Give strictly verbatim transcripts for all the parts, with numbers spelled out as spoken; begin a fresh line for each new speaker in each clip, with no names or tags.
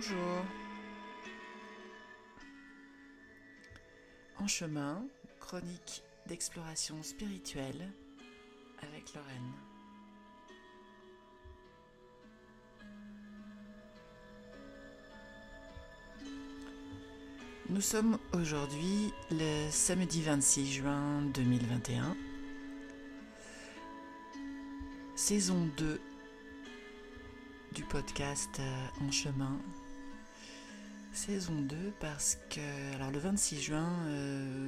Bonjour. En chemin, chronique d'exploration spirituelle avec Lorraine. Nous sommes aujourd'hui le samedi vingt-six juin deux mille vingt et un, saison deux du podcast En chemin. Saison deux parce que, alors le vingt-six juin, euh,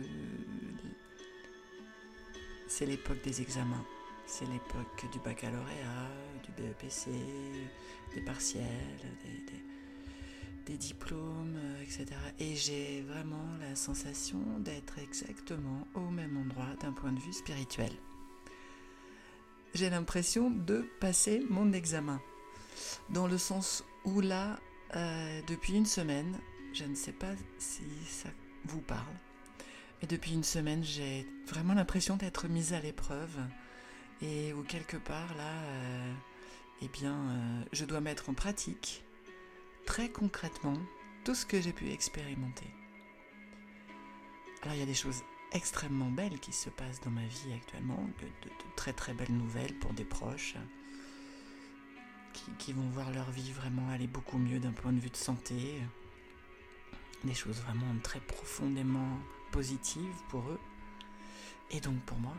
c'est l'époque des examens. C'est l'époque du baccalauréat, du B E P C, des partiels, des, des, des diplômes, et cetera. Et j'ai vraiment la sensation d'être exactement au même endroit d'un point de vue spirituel. J'ai l'impression de passer mon examen. Dans le sens où là, euh, depuis une semaine, je ne sais pas si ça vous parle, mais depuis une semaine, j'ai vraiment l'impression d'être mise à l'épreuve et où quelque part là, euh, eh bien, euh, je dois mettre en pratique très concrètement tout ce que j'ai pu expérimenter. Alors il y a des choses extrêmement belles qui se passent dans ma vie actuellement, de, de, de très très belles nouvelles pour des proches qui, qui vont voir leur vie vraiment aller beaucoup mieux d'un point de vue de santé, des choses vraiment très profondément positives pour eux et donc pour moi.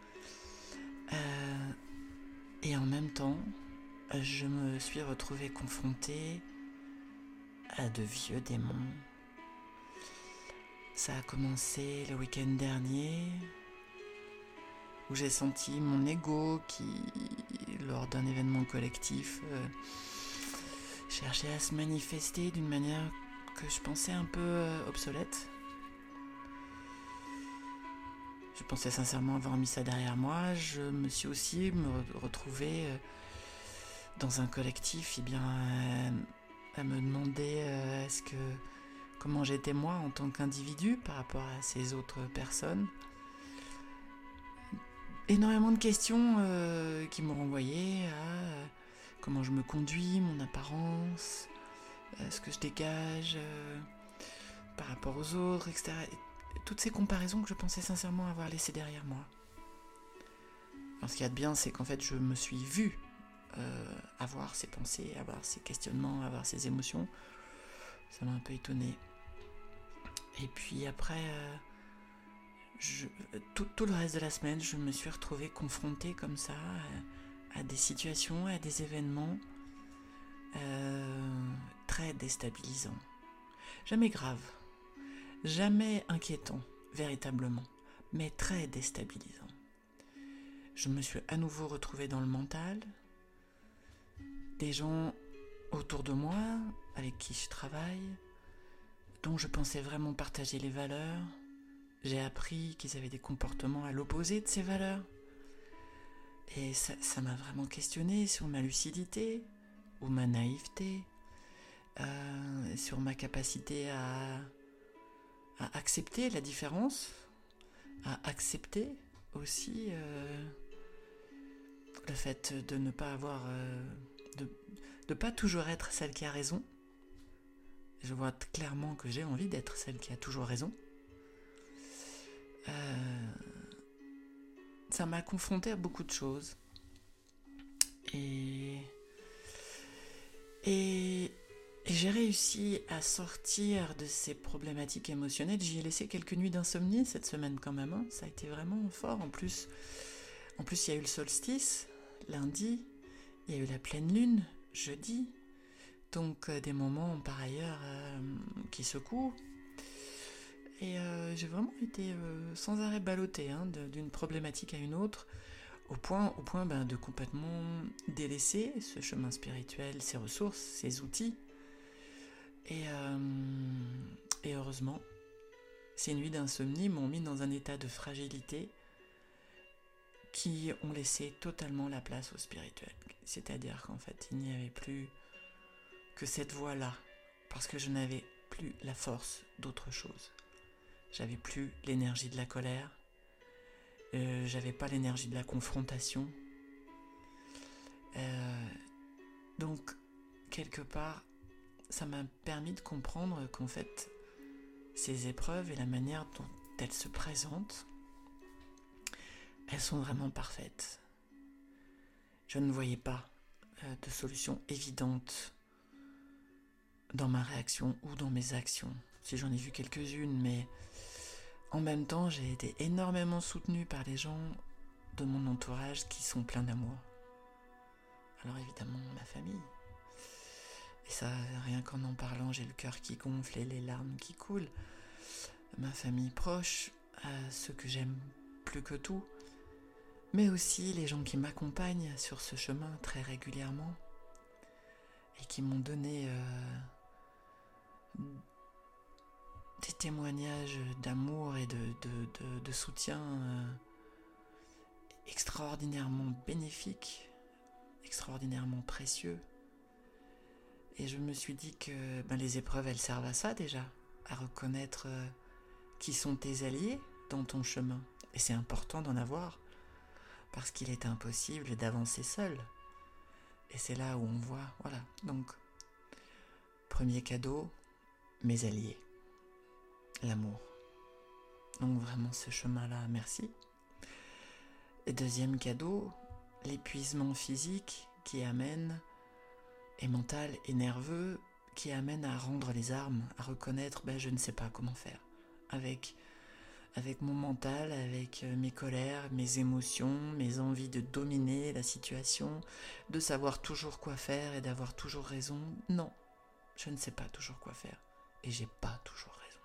Euh, et en même temps, je me suis retrouvée confrontée à de vieux démons. Ça a commencé le week-end dernier, où j'ai senti mon ego qui, lors d'un événement collectif, euh, cherchait à se manifester d'une manière que je pensais un peu euh, obsolète. Je pensais sincèrement avoir mis ça derrière moi. Je me suis aussi me retrouvée euh, dans un collectif, eh bien, euh, à me demander euh, est-ce que comment j'étais moi en tant qu'individu par rapport à ces autres personnes. Énormément de questions euh, qui m'ont renvoyé à euh, comment je me conduis, mon apparence, euh, ce que je dégage euh, par rapport aux autres, et cetera. Et toutes ces comparaisons que je pensais sincèrement avoir laissées derrière moi. Alors ce qu'il y a de bien, c'est qu'en fait, je me suis vue euh, avoir ces pensées, avoir ces questionnements, avoir ces émotions. Ça m'a un peu étonnée. Et puis après... Euh, Je, tout, tout le reste de la semaine, je me suis retrouvée confrontée comme ça à, à des situations, à des événements euh, très déstabilisants. Jamais graves, jamais inquiétants, véritablement, mais très déstabilisants. Je me suis à nouveau retrouvée dans le mental, des gens autour de moi, avec qui je travaille, dont je pensais vraiment partager les valeurs. J'ai appris qu'ils avaient des comportements à l'opposé de ces valeurs. Et ça, ça m'a vraiment questionné sur ma lucidité ou ma naïveté, euh, sur ma capacité à, à accepter la différence, à accepter aussi euh, le fait de ne pas avoir, euh, de ne pas toujours être celle qui a raison. Je vois clairement que j'ai envie d'être celle qui a toujours raison. Euh, ça m'a confrontée à beaucoup de choses. Et, et, et j'ai réussi à sortir de ces problématiques émotionnelles. J'y ai laissé quelques nuits d'insomnie cette semaine quand même. Hein. Ça a été vraiment fort. En plus, en plus, il y a eu le solstice lundi. Il y a eu la pleine lune jeudi. Donc euh, des moments par ailleurs euh, qui secouent. Et euh, j'ai vraiment été euh, sans arrêt ballottée hein, de, d'une problématique à une autre, au point, au point ben, de complètement délaisser ce chemin spirituel, ses ressources, ses outils. Et, euh, et heureusement, ces nuits d'insomnie m'ont mis dans un état de fragilité qui ont laissé totalement la place au spirituel. C'est-à-dire qu'en fait, il n'y avait plus que cette voie-là, parce que je n'avais plus la force d'autre chose. J'avais plus l'énergie de la colère, euh, j'avais pas l'énergie de la confrontation. Euh, donc, quelque part, ça m'a permis de comprendre qu'en fait, ces épreuves et la manière dont elles se présentent, elles sont vraiment parfaites. Je ne voyais pas euh, de solution évidente dans ma réaction ou dans mes actions. Si j'en ai vu quelques-unes, mais en même temps, j'ai été énormément soutenue par les gens de mon entourage qui sont pleins d'amour. Alors évidemment, ma famille. Et ça, rien qu'en en parlant, j'ai le cœur qui gonfle et les larmes qui coulent. Ma famille proche, euh, ceux que j'aime plus que tout, mais aussi les gens qui m'accompagnent sur ce chemin très régulièrement et qui m'ont donné euh, des témoignages d'amour et de, de, de, de soutien euh, extraordinairement bénéfiques, extraordinairement précieux. Et je me suis dit que ben, les épreuves, elles servent à ça déjà, à reconnaître euh, qui sont tes alliés dans ton chemin. Et c'est important d'en avoir, parce qu'il est impossible d'avancer seul. Et c'est là où on voit, voilà. Donc, premier cadeau, mes alliés, l'amour. Donc vraiment ce chemin-là, merci. Et deuxième cadeau, l'épuisement physique qui amène, et mental et nerveux, qui amène à rendre les armes, à reconnaître, ben je ne sais pas comment faire. Avec, avec mon mental, avec mes colères, mes émotions, mes envies de dominer la situation, de savoir toujours quoi faire et d'avoir toujours raison. Non, je ne sais pas toujours quoi faire. Et j'ai pas toujours raison.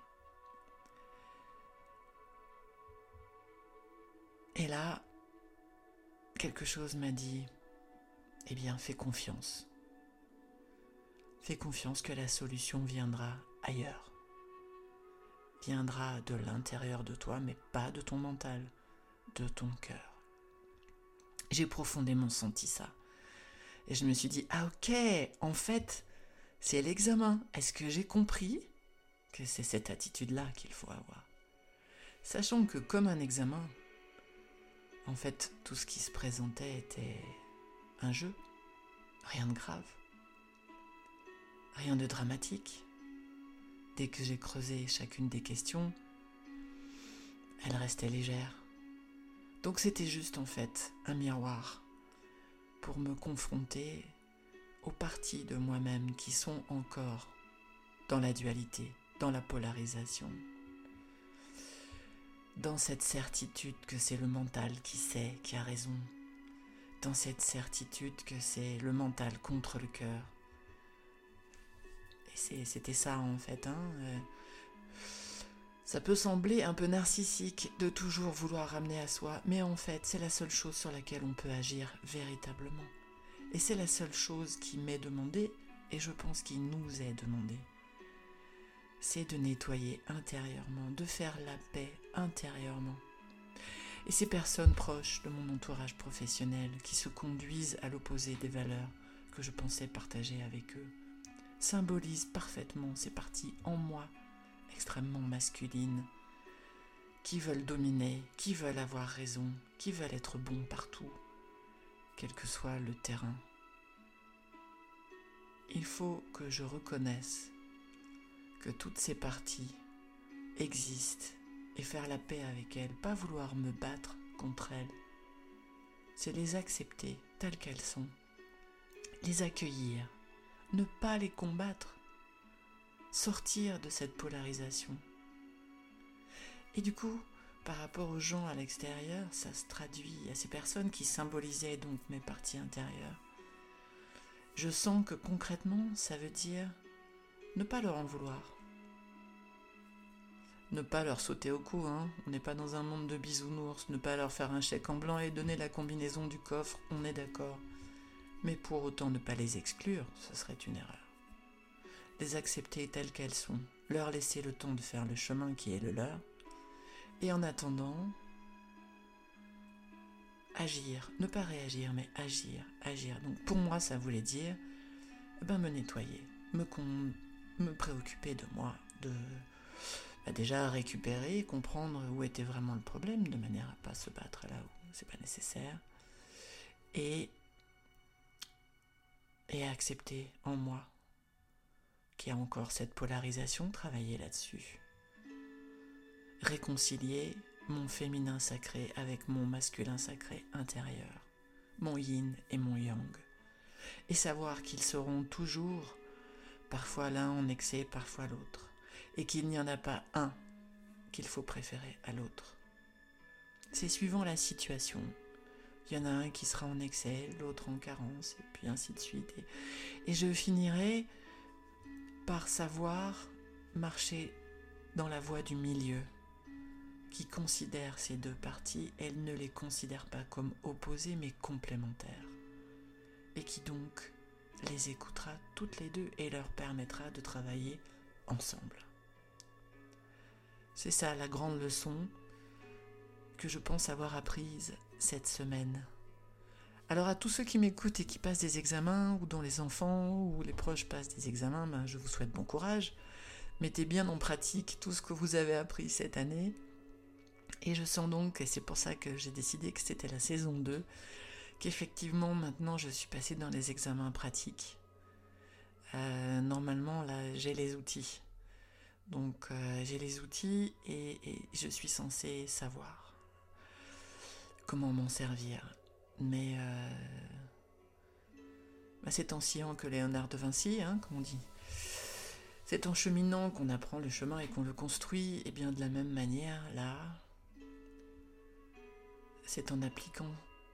Et là, quelque chose m'a dit, eh bien, fais confiance. Fais confiance que la solution viendra ailleurs. Viendra de l'intérieur de toi, mais pas de ton mental, de ton cœur. J'ai profondément senti ça. Et je me suis dit, ah ok, en fait, c'est l'examen. Est-ce que j'ai compris que c'est cette attitude-là qu'il faut avoir? Sachant que comme un examen, en fait, tout ce qui se présentait était un jeu, rien de grave, rien de dramatique. Dès que j'ai creusé chacune des questions, elle restait légère. Donc c'était juste en fait un miroir pour me confronter aux parties de moi-même qui sont encore dans la dualité, dans la polarisation, dans cette certitude que c'est le mental qui sait, qui a raison, dans cette certitude que c'est le mental contre le cœur. Et c'est, c'était ça en fait, hein. Euh, ça peut sembler un peu narcissique de toujours vouloir ramener à soi, mais en fait c'est la seule chose sur laquelle on peut agir véritablement. Et c'est la seule chose qui m'est demandée, et je pense qu'il nous est demandé. C'est de nettoyer intérieurement, de faire la paix intérieurement. Et ces personnes proches de mon entourage professionnel qui se conduisent à l'opposé des valeurs que je pensais partager avec eux symbolisent parfaitement ces parties en moi extrêmement masculines qui veulent dominer, qui veulent avoir raison, qui veulent être bons partout, quel que soit le terrain. Il faut que je reconnaisse que toutes ces parties existent et faire la paix avec elles, pas vouloir me battre contre elles. C'est les accepter telles qu'elles sont, les accueillir, ne pas les combattre, sortir de cette polarisation. Et du coup, par rapport aux gens à l'extérieur, ça se traduit à ces personnes qui symbolisaient donc mes parties intérieures. Je sens que concrètement, ça veut dire ne pas leur en vouloir. Ne pas leur sauter au cou, hein. On n'est pas dans un monde de bisounours. Ne pas leur faire un chèque en blanc et donner la combinaison du coffre, on est d'accord. Mais pour autant ne pas les exclure, ce serait une erreur. Les accepter telles qu'elles sont, leur laisser le temps de faire le chemin qui est le leur, et en attendant, agir, ne pas réagir, mais agir, agir. Donc pour moi, ça voulait dire ben, me nettoyer, me, con... me préoccuper de moi, de bah, déjà récupérer, comprendre où était vraiment le problème, de manière à ne pas se battre là où c'est pas nécessaire, et, et accepter en moi qu'il y a encore cette polarisation, travailler là-dessus. Réconcilier mon féminin sacré avec mon masculin sacré intérieur, mon yin et mon yang. Et savoir qu'ils seront toujours, parfois l'un en excès, parfois l'autre. Et qu'il n'y en a pas un qu'il faut préférer à l'autre. C'est suivant la situation. Il y en a un qui sera en excès, l'autre en carence, et puis ainsi de suite. Et, et je finirai par savoir marcher dans la voie du milieu, qui considère ces deux parties, elle ne les considère pas comme opposées, mais complémentaires. Et qui donc les écoutera toutes les deux et leur permettra de travailler ensemble. C'est ça la grande leçon que je pense avoir apprise cette semaine. Alors à tous ceux qui m'écoutent et qui passent des examens, ou dont les enfants ou les proches passent des examens, ben je vous souhaite bon courage. Mettez bien en pratique tout ce que vous avez appris cette année. Et je sens donc, et c'est pour ça que j'ai décidé que c'était la saison deux, qu'effectivement maintenant je suis passée dans les examens pratiques. Euh, normalement là j'ai les outils. Donc euh, j'ai les outils et, et je suis censée savoir comment m'en servir. Mais euh, bah c'est en sciant que Léonard de Vinci, hein, comme on dit. C'est en cheminant qu'on apprend le chemin et qu'on le construit. Et bien de la même manière, là, c'est en appliquant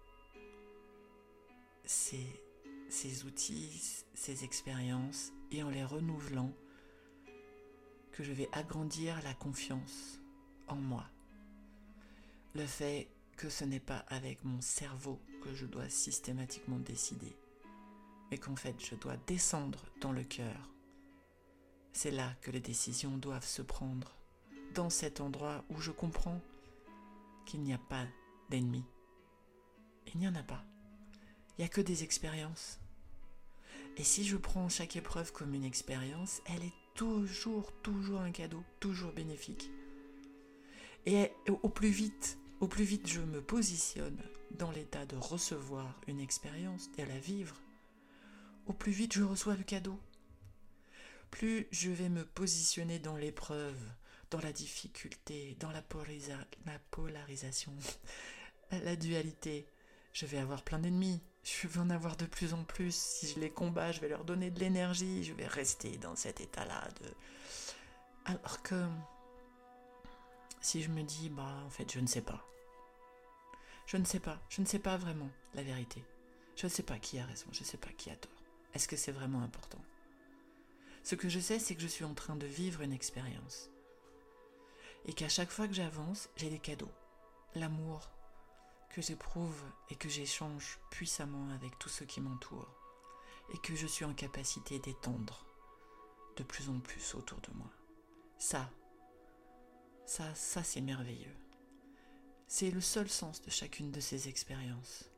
ces, ces outils, ces expériences et en les renouvelant que je vais agrandir la confiance en moi. Le fait que ce n'est pas avec mon cerveau que je dois systématiquement décider, mais qu'en fait je dois descendre dans le cœur. C'est là que les décisions doivent se prendre, dans cet endroit où je comprends qu'il n'y a pas d'ennemi. Il n'y en a pas. Il n'y a que des expériences. Et si je prends chaque épreuve comme une expérience, elle est toujours, toujours un cadeau, toujours bénéfique. Et au plus vite, au plus vite je me positionne dans l'état de recevoir une expérience et à la vivre, au plus vite je reçois le cadeau. Plus je vais me positionner dans l'épreuve, dans la difficulté, dans la, polisa- la polarisation, la dualité, je vais avoir plein d'ennemis. Je vais en avoir de plus en plus. Si je les combats, je vais leur donner de l'énergie. Je vais rester dans cet état-là. De... Alors que si je me dis, bah en fait, je ne sais pas. Je ne sais pas. Je ne sais pas vraiment la vérité. Je ne sais pas qui a raison. Je ne sais pas qui a tort. Est-ce que c'est vraiment important ? Ce que je sais, c'est que je suis en train de vivre une expérience. Et qu'à chaque fois que j'avance, j'ai des cadeaux. L'amour que j'éprouve et que j'échange puissamment avec tous ceux qui m'entourent. Et que je suis en capacité d'étendre de plus en plus autour de moi. Ça, ça, ça c'est merveilleux. C'est le seul sens de chacune de ces expériences.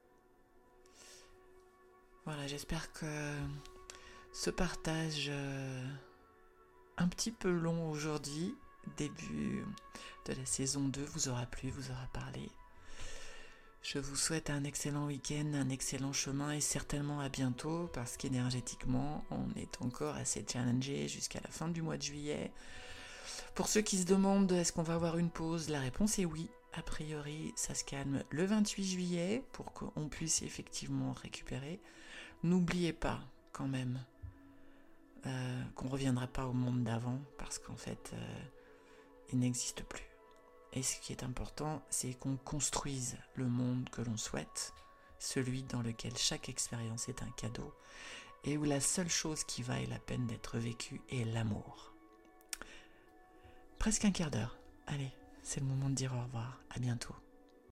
Voilà, j'espère que ce partage euh, un petit peu long aujourd'hui, début de la saison deux, vous aura plu, vous aura parlé. Je vous souhaite un excellent week-end, un excellent chemin et certainement à bientôt parce qu'énergétiquement, on est encore assez challengé jusqu'à la fin du mois de juillet. Pour ceux qui se demandent est-ce qu'on va avoir une pause, la réponse est oui. A priori, ça se calme le vingt-huit juillet pour qu'on puisse effectivement récupérer. N'oubliez pas quand même euh, qu'on ne reviendra pas au monde d'avant parce qu'en fait, euh, il n'existe plus. Et ce qui est important, c'est qu'on construise le monde que l'on souhaite, celui dans lequel chaque expérience est un cadeau, et où la seule chose qui vaille la peine d'être vécue est l'amour. Presque un quart d'heure. Allez, c'est le moment de dire au revoir. À bientôt.